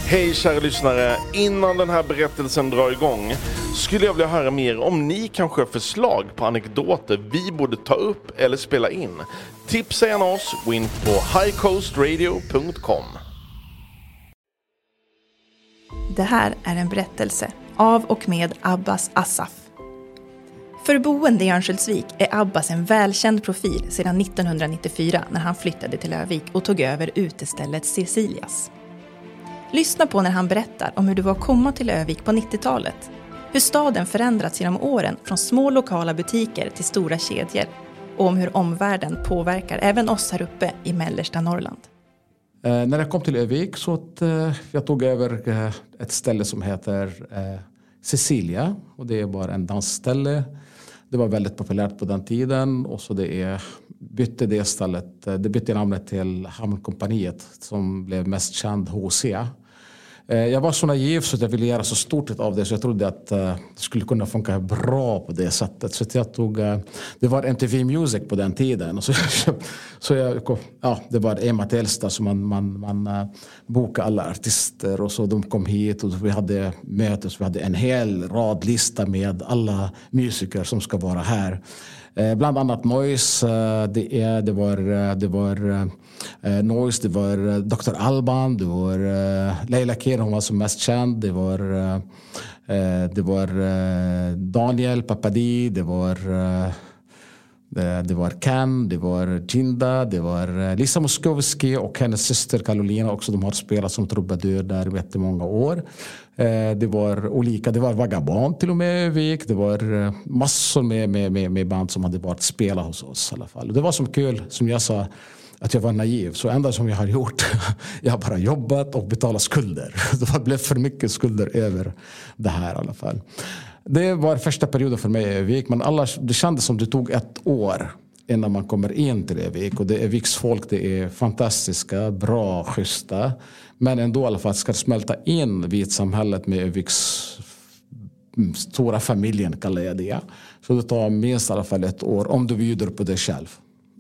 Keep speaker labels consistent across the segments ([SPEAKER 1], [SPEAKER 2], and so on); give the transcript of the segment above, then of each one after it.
[SPEAKER 1] Hej kära lyssnare, innan den här berättelsen drar igång skulle jag vilja höra mer om ni kanske har förslag på anekdoter vi borde ta upp eller spela in. Tipsa gärna oss, gå in på highcoastradio.com.
[SPEAKER 2] Det här är en berättelse av och med Abbas Assaf. För boende i Örnsköldsvik är Abbas en välkänd profil sedan 1994 när han flyttade till Övik och tog över utestället Cecilias. Lyssna på när han berättar om hur det var att komma till Övik på 90-talet. Hur staden förändrats genom åren från små lokala butiker till stora kedjor. Och om hur omvärlden påverkar även oss här uppe i mellersta Norrland.
[SPEAKER 3] När jag kom till Övik så att jag tog över ett ställe som heter Cecilia. Och det är bara en dansställe. Det var väldigt populärt på den tiden. Och så bytte det stället. Det bytte namnet till Hamnkompaniet som blev mest känd HC. Jag var så naiv så att jag ville göra så stort av det så jag trodde att det skulle kunna funka bra på det sättet. Så att jag det var MTV Music på den tiden. Och det var Emma Telstar som man bokade alla artister och så de kom hit och vi hade möten så vi hade en hel rad lista med alla musiker som ska vara här. Bland annat Noise, det var Noise, det var Dr. Alban, det var Leila Kir, hon var som mest känd, det var Daniel Papadi, det var Ken, det var Jinda, det var Lisa Moskovski och hennes syster Karolina också. De har spelat som trubadur där i jättemånga år. Det var Vagabond till och med Vik. Det var massor med band som hade varit spela hos oss i alla fall. Och det var som kul, som jag sa, att jag var naiv. Så enda som jag har gjort, jag har bara jobbat och betalat skulder. Det blev för mycket skulder över det här i alla fall. Det var första perioden för mig i Övik. Men det kändes som det tog 1 år innan man kommer in till Övik. Och det är Öviks folk, det är fantastiska, bra, schyssta. Men ändå i alla fall ska smälta in vid samhället med Öviks stora familjen, kallar jag det. Så det tar minst i alla fall 1 år om du bjuder på dig själv.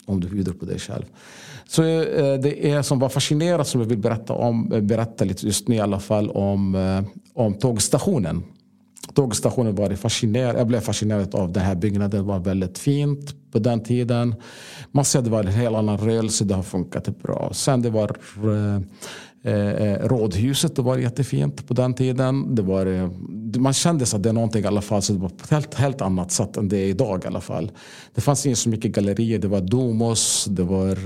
[SPEAKER 3] Så det är som var fascinerat som jag vill berätta lite just nu i alla fall om tågstationen. Tågstationen var fascinerad. Jag blev fascinerad av den här byggnaden. Det var väldigt fint på den tiden. Man ser det var en helt annan rörelse. Det har funkat bra. Sen det var rådhuset. Det var jättefint på den tiden. Man kände sig att det är någonting i alla fall. Så det var på ett helt annat sätt än det är idag i alla fall. Det fanns inte så mycket gallerier. Det var Domos. Det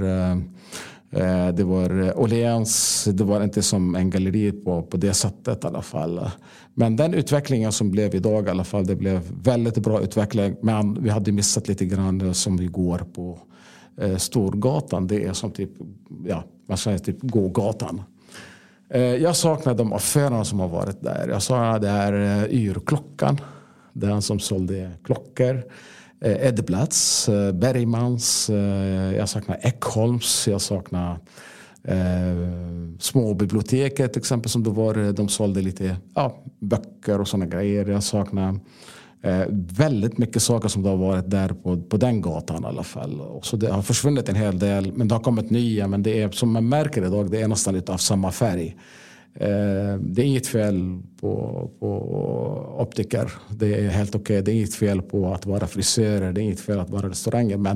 [SPEAKER 3] var Åhléns. Det var inte som en galleri på det sättet i alla fall. Men den utvecklingen som blev idag i alla fall, det blev väldigt bra utveckling. Men vi hade missat lite grann som vi går på Storgatan. Det är som man säger typ gågatan. Jag saknar de affärerna som har varit där. Jag saknar det här Yrklockan. Den som sålde klockor. Edblats, Bergmans, jag saknar Ekholms, jag saknar småbiblioteket till exempel som det var, de sålde lite böcker och sådana grejer. Jag saknar väldigt mycket saker som det har varit där på den gatan i alla fall. Och så det har försvunnit en hel del, men det har kommit nya, men det är som man märker idag, det är nästan lite av samma färg. Det är inget fel på optiker. Det är helt okej. Det är inget fel på att vara frisörer. Det är inget fel att vara restauranger. Men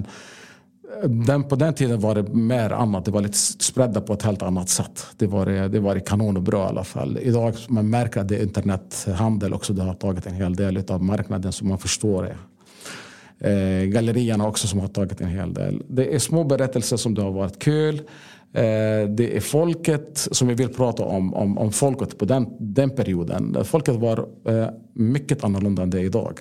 [SPEAKER 3] på den tiden var det mer annat. Det var lite spridda på ett helt annat sätt. Det var kanon och bra i alla fall. Idag man märker att det är internethandel också. Det har tagit en hel del av marknaden som man förstår det. Gallerierna också som har tagit en hel del. Det är små berättelser som det har varit kul. Det är folket som vi vill prata om folket på den perioden. Folket var mycket annorlunda än det idag.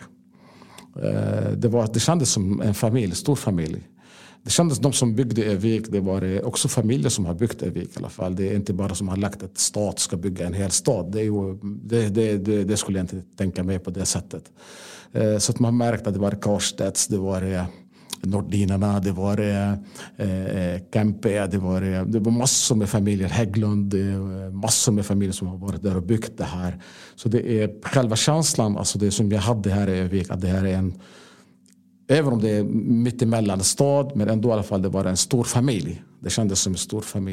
[SPEAKER 3] Det kändes som en familj, stor familj. Det kändes de som byggde Övik, det var också familjer som har byggt Övik i alla fall. Det är inte bara som har lagt att stat ska bygga en hel stad. Det skulle jag inte tänka mig på det sättet. Så att man märkte att det var Karstedts, det var Nordinarna, det var Kempe, det var massor med familjer, Hägglund, massor med familjer som har varit där och byggt det här. Så det är själva känslan, alltså det som jag hade här i Övik, att det här är även om det är mitt emellan stad, men ändå i alla fall det var en stor familj. Det kändes som en stor familj.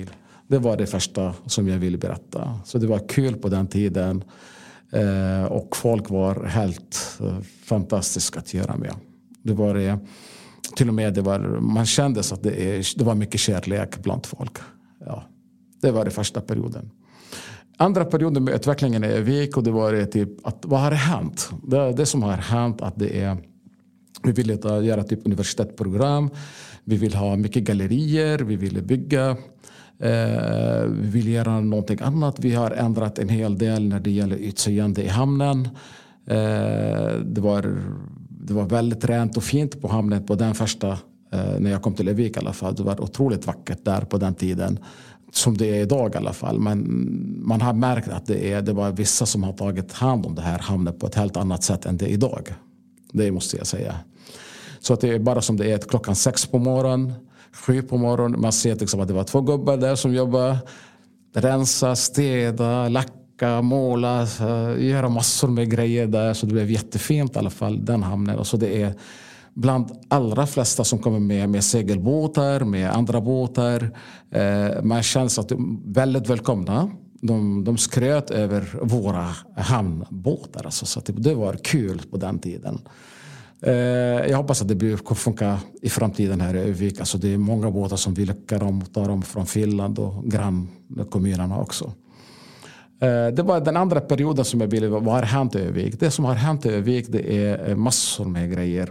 [SPEAKER 3] Det var det första som jag ville berätta. Så det var kul på den tiden. Och folk var helt fantastiska att göra med. Det var till och med man kände att det var mycket kärlek bland folk. Ja, det var det första perioden. Andra perioden med utvecklingen i Övik, och det var typ att vad har hänt? Det som har hänt att vi ville göra typ universitetsprogram. Vi vill ha mycket gallerier. Vi ville bygga. Vi vill göra någonting annat. Vi har ändrat en hel del när det gäller utseende i hamnen. Det var väldigt rent och fint på hamnen på den första, när jag kom till Övik i alla fall. Det var otroligt vackert där på den tiden. Som det är idag i alla fall. Men man har märkt att det var vissa som har tagit hand om det här hamnen på ett helt annat sätt än det är idag. Det måste jag säga. Så att det är bara som det är klockan 6 på morgonen. 7 på morgonen. Man ser liksom att det var 2 gubbar där som jobbar. Rensa, städa, lacka, måla. Göra massor med grejer där. Så det blev jättefint i alla fall, den hamnen. Och så det är bland allra flesta som kommer med segelbåtar, med andra båtar. Man känns att de är väldigt välkomna. De skröt över våra hamnbåtar. Alltså, så att det var kul på den tiden. Jag hoppas att det kommer funka i framtiden här i Övik. Alltså det är många båtar som vill ta dem från Finland och grannkommunerna också. Det var den andra perioden som jag ville, vad har hänt i Övik? Det som har hänt i Övik, det är massor med grejer.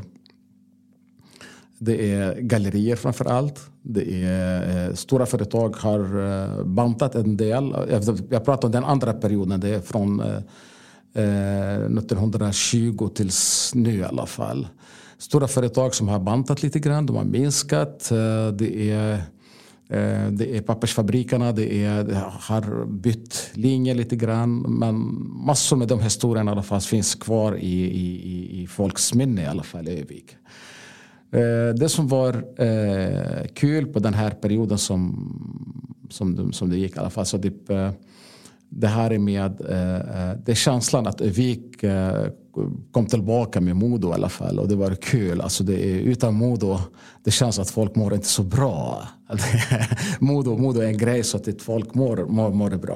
[SPEAKER 3] Det är gallerier framför allt. Det är stora företag har bantat en del. Jag pratar om den andra perioden. Det är från 1920 tills nu i alla fall. Stora företag som har bantat lite grann. De har minskat. Det är pappersfabrikerna. Har bytt linje lite grann. Men massor med de historierna i alla fall finns kvar i folks minne i alla fall i Övik. Det som var kul på den här perioden som det gick i alla fall, så typ, det här är med det är känslan att Övik kom tillbaka med Modo i alla fall, och det var kul. Alltså det är utan Modo, det känns att folk mår inte så bra. Modo är en grej så att folk mår bra.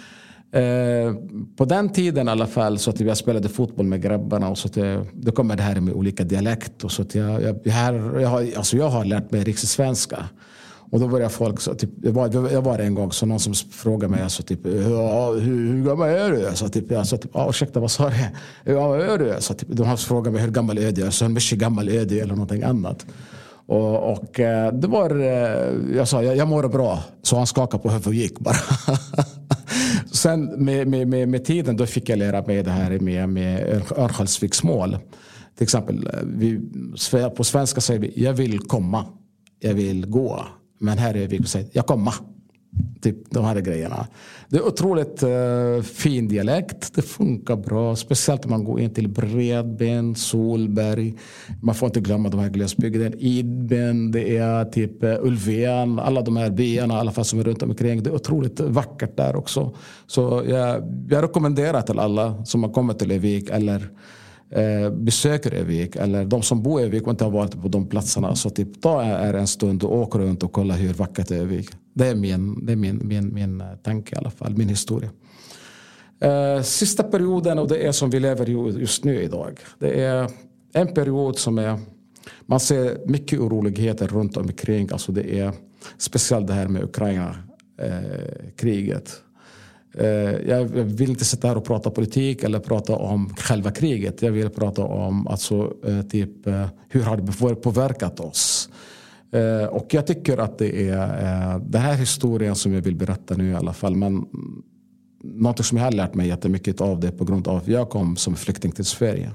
[SPEAKER 3] På den tiden i alla fall, så att jag spelade fotboll med grabbarna, och så att det kommer det här med olika dialekt, och så att jag har lärt mig riktigt svenska. Och då började folk så typ, jag var en gång så någon som frågade mig så typ, hur gammal är du? Så typ ursäkta, vad sa du? Ja, vad är du? Så typ, de har frågat mig hur gammal är du? Så en mycket gammal är du eller någonting annat. Och det var, jag sa jag mår bra, så han skakade på huvudet och gick bara. Sen med tiden då fick jag lära mig det här med Örnsköldsviksmål. Till exempel, på svenska säger vi jag vill komma, jag vill gå. Men här är vi och säger jag komma. Typ de här grejerna. Det är otroligt fin dialekt. Det funkar bra. Speciellt om man går in till Bredben, Solberg. Man får inte glömma de här glesbygden. Idben, det är typ Ulven. Alla de här byarna i alla fall som är runt omkring. Det är otroligt vackert där också. Så jag rekommenderar till alla som har kommit till Övik eller besöker Övik, eller de som bor i Övik och inte har varit på de platserna, så typ ta en stund och åka runt och kolla hur vackert är Övik. Det är min tanke i alla fall, min historia. Sista perioden, och det är som vi lever just nu idag. Det är en period som är, man ser mycket oroligheter runt omkring. Alltså det är speciellt det här med Ukraina-kriget. Jag vill inte sitta här och prata politik eller prata om själva kriget. Jag vill prata om alltså, typ, hur har det påverkat oss. Och jag tycker att det är den här historien som jag vill berätta nu i alla fall. Men något som jag har lärt mig jättemycket av det på grund av att jag kom som flykting till Sverige.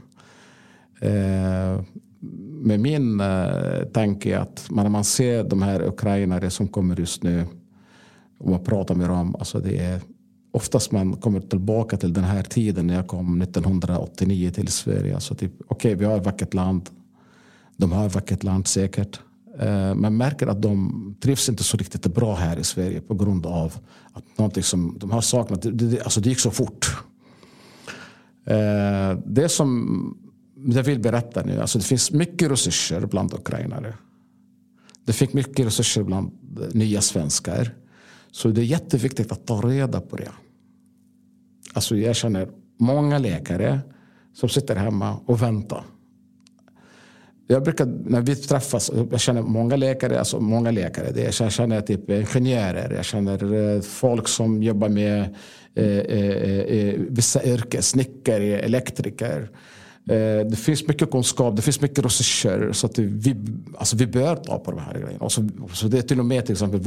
[SPEAKER 3] Med min tanke att när man ser de här ukrainare som kommer just nu och man pratar med dem, alltså det är oftast man kommer tillbaka till den här tiden när jag kom 1989 till Sverige. Alltså typ, okej, vi har ett vackert land. De har ett vackert land säkert. Man märker att de trivs inte så riktigt bra här i Sverige på grund av att någonting som de har saknat. Alltså det gick så fort. Det som jag vill berätta nu, alltså det finns mycket resurser bland ukrainare. Det finns mycket resurser bland nya svenskar Så det är jätteviktigt att ta reda på det. Alltså jag känner många läkare som sitter hemma och väntar. Jag brukar, när vi träffas, jag känner många läkare, jag känner typ ingenjörer, jag känner folk som jobbar med vissa yrken, snickare, elektriker. Det finns mycket kunskap, det finns mycket resurser, så att vi bör ta på de här grejerna. Så det är till och med till exempel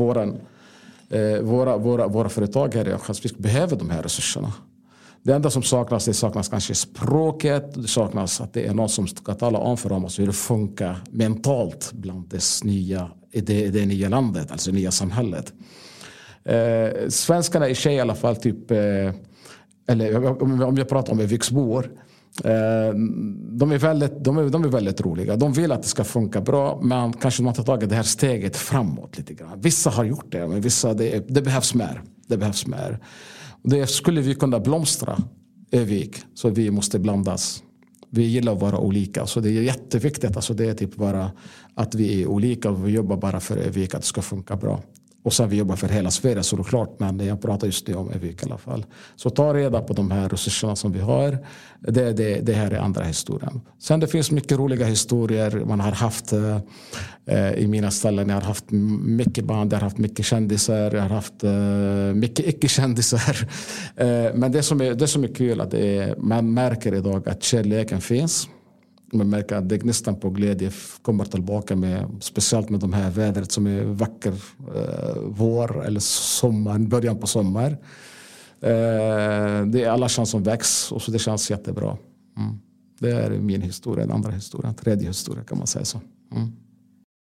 [SPEAKER 3] våra företag här i Örnsköldsvik behöver de här resurserna. Det enda som saknas, det saknas kanske språket. Det saknas att det är någon som ska tala om för dem hur det funkar mentalt bland det nya landet, alltså det nya samhället. Svenskarna i sig i alla fall, typ, eller om jag pratar om Viksbor, de är väldigt roliga. De vill att det ska funka bra, men kanske de har tagit det här steget framåt lite grann. Vissa har gjort det, men vissa, det behövs mer. Det behövs mer. Det skulle vi kunna blomstra Övik, så vi måste blandas. Vi gillar att vara olika, så det är jätteviktigt. Alltså det är typ bara att vi är olika och vi jobbar bara för Övik att det ska funka bra. Och sen vi jobbar för hela Sverige, så det är klart, men jag pratar just nu om Övik i alla fall. Så ta reda på de här resurserna som vi har. Det här är andra historien. Sen det finns mycket roliga historier. Man har haft i mina ställen, jag har haft mycket band, jag har haft mycket kändisar, jag har haft mycket icke-kändisar. Men det som är kul att man märker idag att kärleken finns. Man märker att det nästan på glädje kommer tillbaka speciellt med de här vädret som är vacker vår eller sommar, början på sommar. Det är alla chanser som väcks, och så det känns jättebra. Det är min historia, en andra historia, tredje historia kan man säga så.